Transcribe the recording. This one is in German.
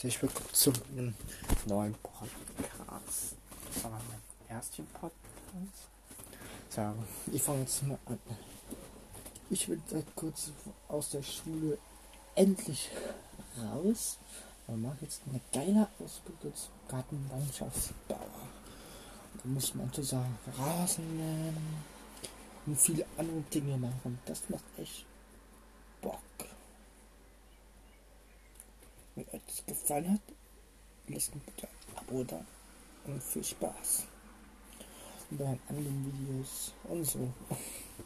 Herzlich willkommen zu einem neuen Podcast. Das war mein erster Podcast. So, ich fange jetzt mal an. Ich bin seit kurzem aus der Schule endlich raus und mache jetzt eine geile Ausbildung zum Gartenlandschaftsbauer. Da muss man zusammen Rasen mähen und viele andere Dinge machen. Das macht echt Bock. Wenn euch das gefallen hat, lasst bitte ein Abo da und viel Spaß bei anderen Videos und so.